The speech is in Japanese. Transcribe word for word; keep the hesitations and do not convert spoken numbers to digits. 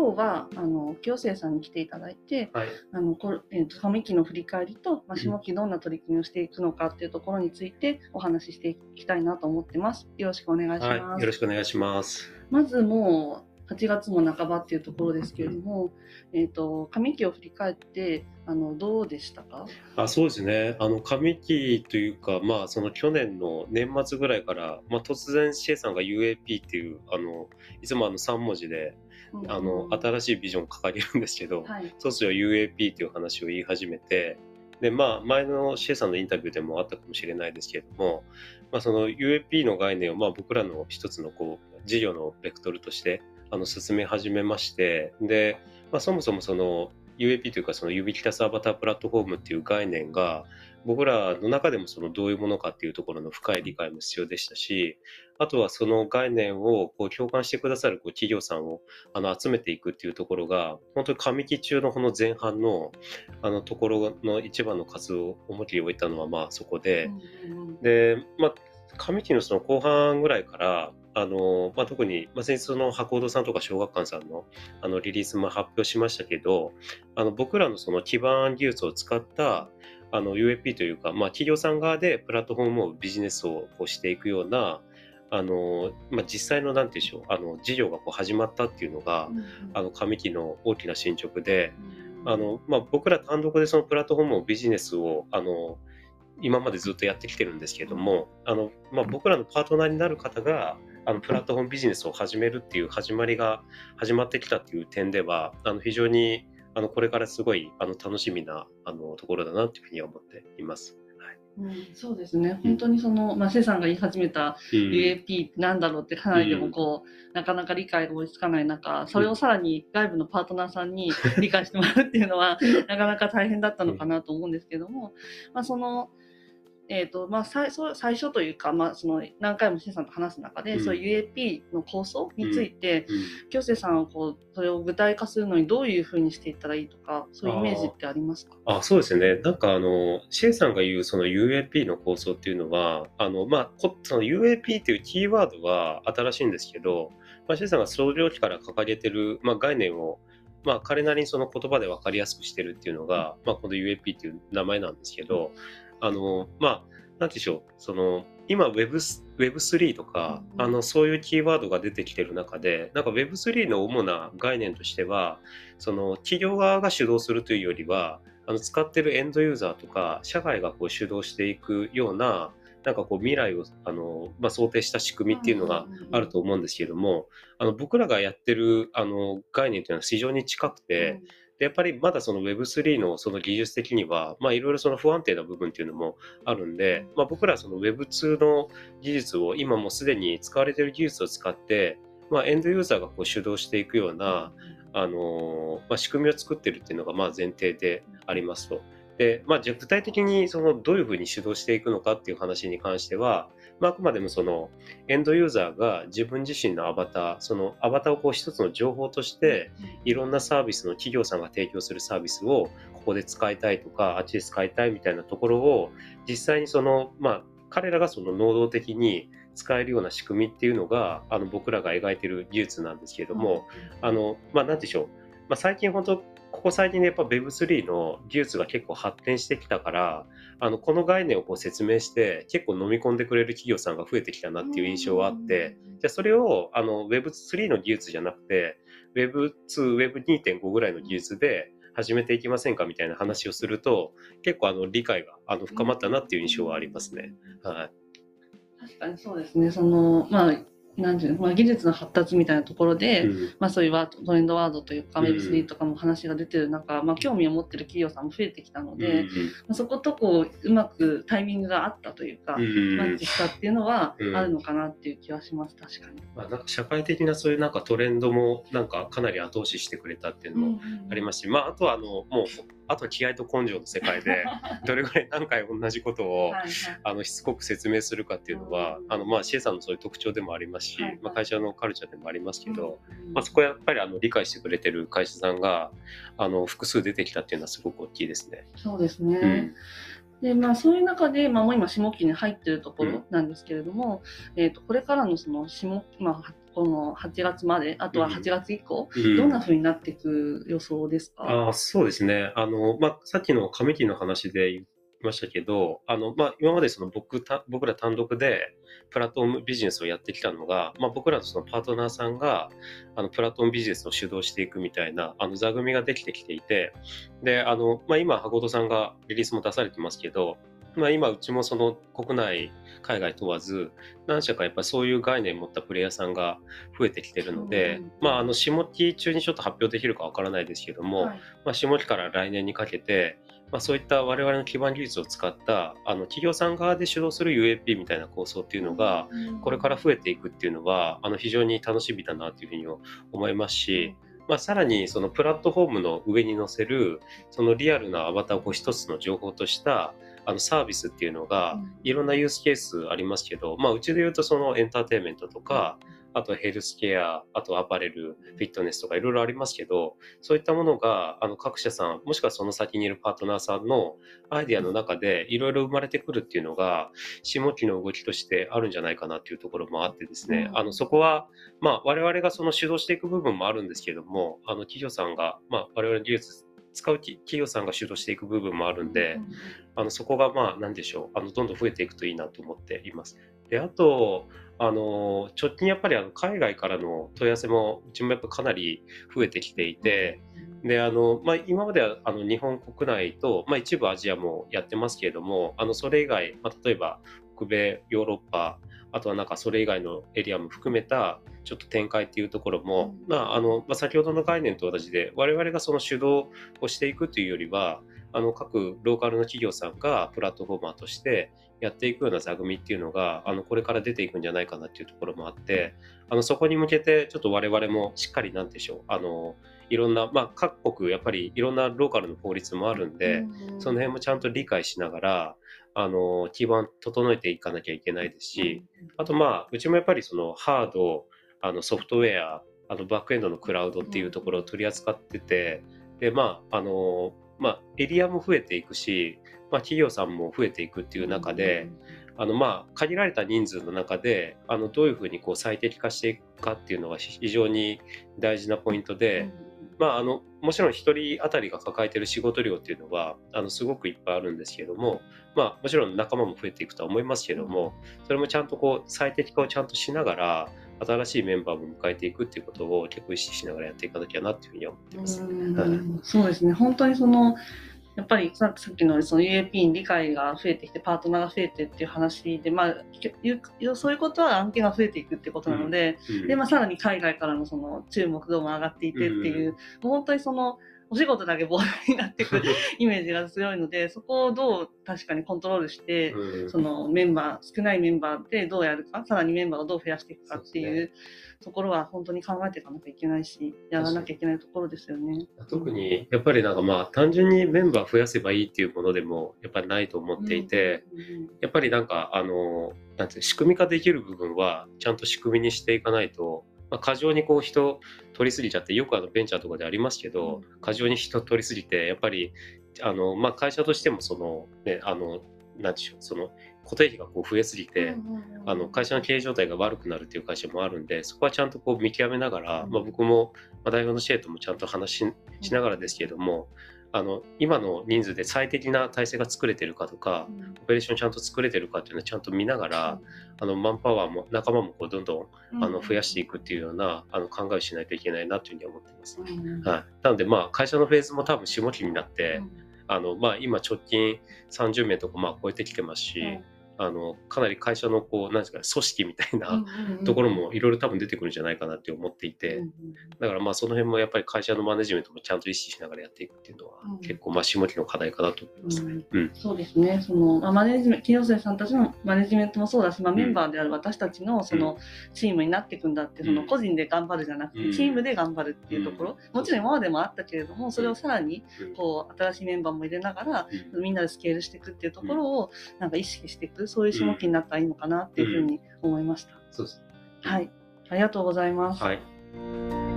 今日はあの清末さんに来ていただいて、 はい、 あのこえーと上期の振り返りと、まあ、下期どんな取り組みをしていくのかっていうところについてお話ししていきたいなと思ってます。よろしくお願いします。 はい、よろしくお願いします。 まずもうはちがつも半ばっていうところですけれども、えーと上期を振り返ってあのどうでしたか？ あ、そうですね。あの上期というか、まあその去年の年末ぐらいから、まあ突然シエさんが ユーエーピー っていうあのいつもあのさん文字で、 うんうん、 あの新しいビジョンを掲げるんですけど、 はい、 突如 ユーエーピー っていう話を言い始めて、でまあ前のシエさんのインタビューでもあったかもしれないですけれども、まあその ユーエーピー の概念をまあ僕らの一つのこう事業のベクトルとしてあの進め始めまして、で、まあ、そもそもそのユーエーピー というかそのユビキタスアバタープラットフォームっていう概念が僕らの中でもそのどういうものかっていうところの深い理解も必要でしたし、あとはその概念をこう共感してくださるこう企業さんをあの集めていくっていうところが本当に上期中のこの前半のあのところの一番の活動を重きを置いたのはまあそこで、 うんうんうん、 で、まあ、上期のその後半ぐらいからあの、まあ、特に、まあ、先日の博報さんとか小学館さんのあのリリースも発表しましたけど、あの僕らのその基盤技術を使ったあの ユーエーピー というか、まあ、企業さん側でプラットフォームをビジネスをこうしていくようなあの、まあ、実際のなんていうんでしょう、あの事業がこう始まったっていうのが、 うんうん、 あの上期の大きな進捗で、 うん、 あの、まあ、僕ら単独でそのプラットフォームをビジネスをあの今までずっとやってきてるんですけれども、あの、まあ、僕らのパートナーになる方があのプラットフォームビジネスを始めるっていう始まりが始まってきたっていう点ではあの非常にあのこれからすごいあの楽しみなあのところだなというふうに思っています。 うん、そうですね。本当にその、まあ、セさんが言い始めた ユーエーピー ってなんだろうってかなりでもこう、うん、なかなか理解が追いつかない中、それをさらに外部のパートナーさんに理解してもらうっていうのは、なかなか大変だったのかなと思うんですけども、まあ、その、えーとまあ、最, 最初というか、まあ、その何回もシェさんと話す中で、うん、そういう ユーエーピー の構想について、うんうん、清瀬さんはこうそれを具体化するのにどういうふうにしていったらいいとか、そういうイメージってありますか？ ああ、そうですね。なんかあのシェさんが言うその ユーエーピー の構想っていうのはあの、まあ、その ユーエーピー っていうキーワードは新しいんですけど、まあ、シェさんが創業期から掲げてる、まあ、概念をまあ、彼なりにその言葉で分かりやすくしてるっていうのが、まあ、この ユーエーピー っていう名前なんですけど、あの、まあ、なんでしょう、その、今 ウェブ、ウェブスリー とか、あの、そういうキーワードが出てきてる中で、なんか ウェブスリー の主な概念としては、その、企業側が主導するというよりは、あの、使ってるエンドユーザーとか、社外がこう主導していくような、なんかこう未来をあの、まあ、想定した仕組みっていうのがあると思うんですけれども、あの僕らがやってるあの概念というのは非常に近くて、でやっぱりまだその ウェブスリー のその技術的には、まあ、いろいろその不安定な部分っていうのもあるんで、まあ、僕らはその ウェブツー の技術を今もうすでに使われている技術を使って、まあ、エンドユーザーがこう主導していくようなあの、まあ、仕組みを作っているっていうのがまあ前提でありますと。で、まあ、じゃあ具体的にそのどういうふうに主導していくのかっていう話に関しては、まあ、あくまでもそのエンドユーザーが自分自身のアバター、そのアバターをこう一つの情報としていろんなサービスの企業さんが提供するサービスをここで使いたいとかあっちで使いたいみたいなところを実際にその、まあ、彼らがその能動的に使えるような仕組みっていうのがあの僕らが描いている技術なんですけれども、あの、まあ、なんでしょう、まあ、最近本当ここ最近でやっぱ ウェブスリー の技術が結構発展してきたから、あのこの概念をこう説明して結構飲み込んでくれる企業さんが増えてきたなっていう印象はあって、じゃあそれをあの ウェブスリー の技術じゃなくて ウェブツー、ウェブにてんご ぐらいの技術で始めていきませんかみたいな話をすると結構あの理解があの深まったなっていう印象はありますね。はい、 確かにそうですね。そのまあなんていうの、まあ、技術の発達みたいなところで、うん、まあ、そういうワードトレンドワードというか、うん、ウェブスリー とかも話が出てる中、まあ、興味を持ってる企業さんも増えてきたので、うん、まあ、そことこううまくタイミングがあったというか、うん、マッチしたっていうのはあるのかなっていう気はします。確かに、 まあ、なんか社会的なそういうなんかトレンドもなんかかなり後押ししてくれたっていうのもありますし、うん、まあ、あとはあのもうあとは気合と根性の世界でどれぐらい何回同じことをはい、はい、あのしつこく説明するかっていうのは、うん、あのまあシエさんのそういう特徴でもありますし、はいはい、まあ、会社のカルチャーでもありますけど、うん、まあ、そこはやっぱりあの理解してくれてる会社さんがあの複数出てきたっていうのはすごく大きいですね。 そうですね、うんでまあ、そういう中で、まあ、もう今下期に入っているところなんですけれども、うん、えーとこれからのその下、まあ、 このはちがつまで、あとははちがつ以降、 うん、 どんな風になっていく予想ですか？ あ、そうですね。あの、まあ、さっきの紙機の話で言いましたけど、あの、まあ、今までその僕た、僕ら単独でプラットフォームビジネスをやってきたのが、まあ、僕らのそのパートナーさんが、あの、プラットフォームビジネスを主導していくみたいな、あの、座組ができてきていて、で、あの、まあ、今、箱戸さんがリリースも出されてますけど、まあ、今、うちもその国内、海外問わず、何社かやっぱりそういう概念を持ったプレイヤーさんが増えてきてるので、 うん、 まあ、あの、下期中にちょっと発表できるかわからないですけども、 はい、 まあ、下期から来年にかけて、まあ、そういった我々の基盤技術を使ったあの企業さん側で主導する ユーエーピー みたいな構想っていうのがこれから増えていくっていうのはあの非常に楽しみだなというふうに思いますし、まあ、さらにそのプラットフォームの上に載せるそのリアルなアバターをこう一つの情報としたあのサービスっていうのがいろんなユースケースありますけど、まあ、うちで言うとそのエンターテインメントとか、あとヘルスケア、あとアパレル、フィットネスとかいろいろありますけど、そういったものがあの各社さん、もしくはその先にいるパートナーさんのアイディアの中でいろいろ生まれてくるっていうのが、下期の動きとしてあるんじゃないかなっていうところもあってですね、あのそこは、まあ、我々がその主導していく部分もあるんですけども、あの企業さんが、まあ、我々の技術使う企業さんが主導していく部分もあるんで、あのそこがまあ何でしょう、あのどんどん増えていくといいなと思っています。で、あと、あの直近やっぱりあの海外からの問い合わせもうちもやっぱかなり増えてきていて、であのまあ、今まではあの日本国内と、まあ、一部アジアもやってますけれども、あのそれ以外、まあ、例えば北米、ヨーロッパ、あとはなんかそれ以外のエリアも含めたちょっと展開っていうところも、まああのまあ、先ほどの概念と同じで我々がその主導をしていくというよりは、あの各ローカルの企業さんがプラットフォーマーとしてやっていくような座組っていうのがあのこれから出ていくんじゃないかなっていうところもあって、あのそこに向けてちょっと我々もしっかりなんでしょう、あのいろんな、まあ、各国やっぱりいろんなローカルの法律もあるんで、その辺もちゃんと理解しながらあの基盤整えていかなきゃいけないですし、あとまあうちもやっぱりそのハード、あのソフトウェア、あのバックエンドのクラウドっていうところを取り扱ってて、でまああのまあエリアも増えていくし、まあ、企業さんも増えていくっていう中で、あのまあ限られた人数の中であのどういうふうにこう最適化していくかっていうのが非常に大事なポイントで、まあ、あのもちろんひとり当たりが抱えている仕事量っていうのはあのすごくいっぱいあるんですけども、まあ、もちろん仲間も増えていくとは思いますけども、それもちゃんとこう最適化をちゃんとしながら新しいメンバーも迎えていくっていうことを結構意識しながらやっていかなきゃなっていうふうには思ってます。 うん、はい、そうですね。本当にそのやっぱりさっきのその ユーエーピー に理解が増えてきてパートナーが増えてっていう話で、まあ、そういうことは案件が増えていくってことなので、うんうん、でまあ、さらに海外からのその注目度も上がっていてっていう、うん、もう本当にそのお仕事だけボールになっていくイメージが強いので、そこをどう確かにコントロールして、うん、そのメンバー少ないメンバーでどうやるか、さらにメンバーをどう増やしていくかっていうところは本当に考えていかなきゃいけないし、やらなきゃいけないところですよね。 特にやっぱりなんかまあ単純にメンバー増やせばいいっていうものでもやっぱりないと思っていて、うんうんうん、やっぱりなんかあのなんて仕組み化できる部分はちゃんと仕組みにしていかないと、まあ、過剰にこう人取りすぎちゃって、よくあのベンチャーとかでありますけど、うん、過剰に人取りすぎてやっぱりあの、まあ、会社としてもその、ね、あのなんでしょう、その固定費がこう増えすぎて、あの会社の経営状態が悪くなるっていう会社もあるんで、そこはちゃんとこう見極めながら、まあ、僕も代表のシェイともちゃんと話 し, しながらですけれども、あの今の人数で最適な体制が作れてるかとか、オペレーションちゃんと作れてるかっていうのをちゃんと見ながら、あのマンパワーも仲間もこうどんどんあの増やしていくっていうようなあの考えをしないといけないなというふうに思ってます、はい、なのでまあ会社のフェーズも多分下期になって、あのまあ、今直近さんじゅうめいとかまあ超えてきてますし、はい、あのかなり会社のこうなんですか、組織みたいなところもいろいろ多分出てくるんじゃないかなって思っていて、だからまあその辺もやっぱり会社のマネジメントもちゃんと意識しながらやっていくっていうのは、うん、結構まあ下期の課題かなと思います、うんうん、 そうですね。その、まあ、マネジメント、企業生さんたちのマネジメントもそうだし、まあ、メンバーである私たちのそのチームになっていくんだって、その個人で頑張るじゃなくてチームで頑張るっていうところ、もちろん今までもあったけれども、それをさらにこう新しいメンバーも入れながらみんなでスケールしていくっていうところをなんか意識していく、そういう下期になったらいいのかなっていうふうに思いました。 そうです。 はい、ありがとうございます。 はい。